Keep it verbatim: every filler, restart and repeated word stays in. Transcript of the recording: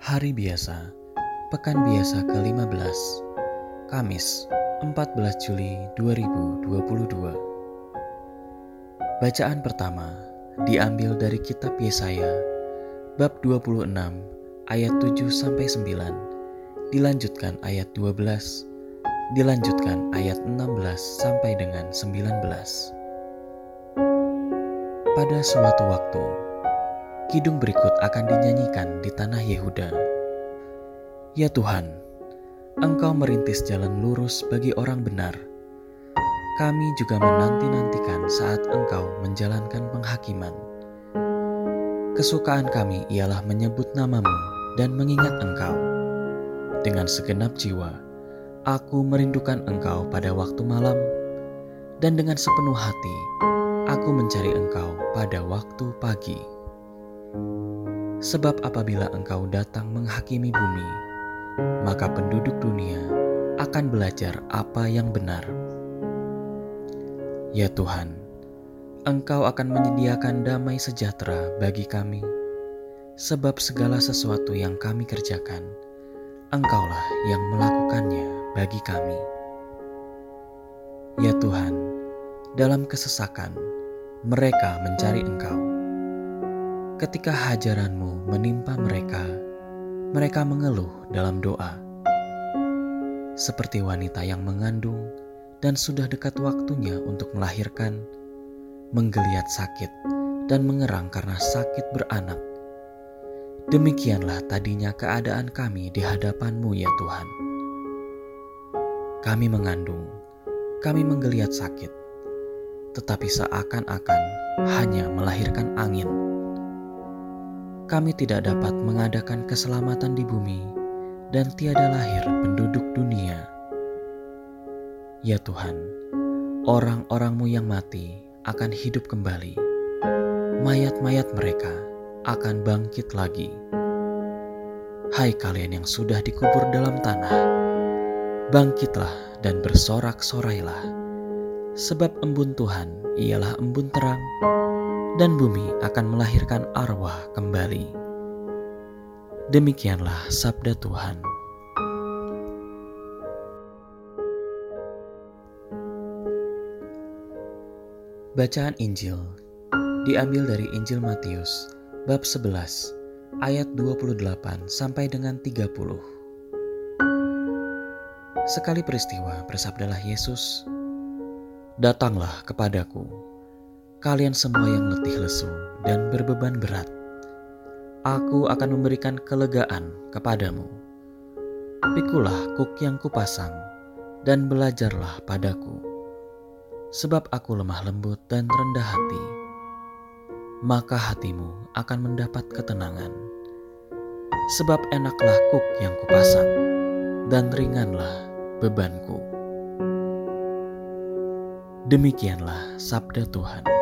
Hari biasa, Pekan Biasa ke lima belas, Kamis, empat belas Juli dua ribu dua puluh dua. Bacaan pertama diambil dari kitab Yesaya, bab dua puluh enam, ayat tujuh sampai sembilan, dilanjutkan ayat dua belas, dilanjutkan ayat enam belas sampai dengan sembilan belas. Pada suatu waktu, kidung berikut akan dinyanyikan di tanah Yehuda. Ya Tuhan, Engkau merintis jalan lurus bagi orang benar. Kami juga menanti-nantikan saat Engkau menjalankan penghakiman. Kesukaan kami ialah menyebut nama-Mu dan mengingat Engkau. Dengan segenap jiwa, aku merindukan Engkau pada waktu malam, dan dengan sepenuh hati, aku mencari Engkau pada waktu pagi. Sebab apabila Engkau datang menghakimi bumi, maka penduduk dunia akan belajar apa yang benar. Ya Tuhan, Engkau akan menyediakan damai sejahtera bagi kami, sebab segala sesuatu yang kami kerjakan, Engkaulah yang melakukannya bagi kami. Ya Tuhan, dalam kesesakan, mereka mencari Engkau. Ketika hajaran-Mu menimpa mereka, mereka mengeluh dalam doa. Seperti wanita yang mengandung dan sudah dekat waktunya untuk melahirkan, menggeliat sakit dan mengerang karena sakit beranak. Demikianlah tadinya keadaan kami di hadapan-Mu ya Tuhan. Kami mengandung, kami menggeliat sakit, tetapi seakan-akan hanya melahirkan angin. Kami tidak dapat mengadakan keselamatan di bumi, dan tiada lahir penduduk dunia. Ya Tuhan, orang-orang-Mu yang mati akan hidup kembali. Mayat-mayat mereka akan bangkit lagi. Hai kalian yang sudah dikubur dalam tanah, bangkitlah dan bersorak-sorailah, sebab embun Tuhan ialah embun terang, dan bumi akan melahirkan arwah kembali. Demikianlah sabda Tuhan. Bacaan Injil diambil dari Injil Matius bab sebelas ayat dua puluh delapan sampai dengan tiga puluh. Sekali peristiwa bersabdalah Yesus, "Datanglah kepadaku, kalian semua yang letih lesu dan berbeban berat. Aku akan memberikan kelegaan kepadamu. Pikulah kuk yang kupasang dan belajarlah padaku, sebab aku lemah lembut dan rendah hati. Maka hatimu akan mendapat ketenangan. Sebab enaklah kuk yang kupasang dan ringanlah bebanku." Demikianlah sabda Tuhan.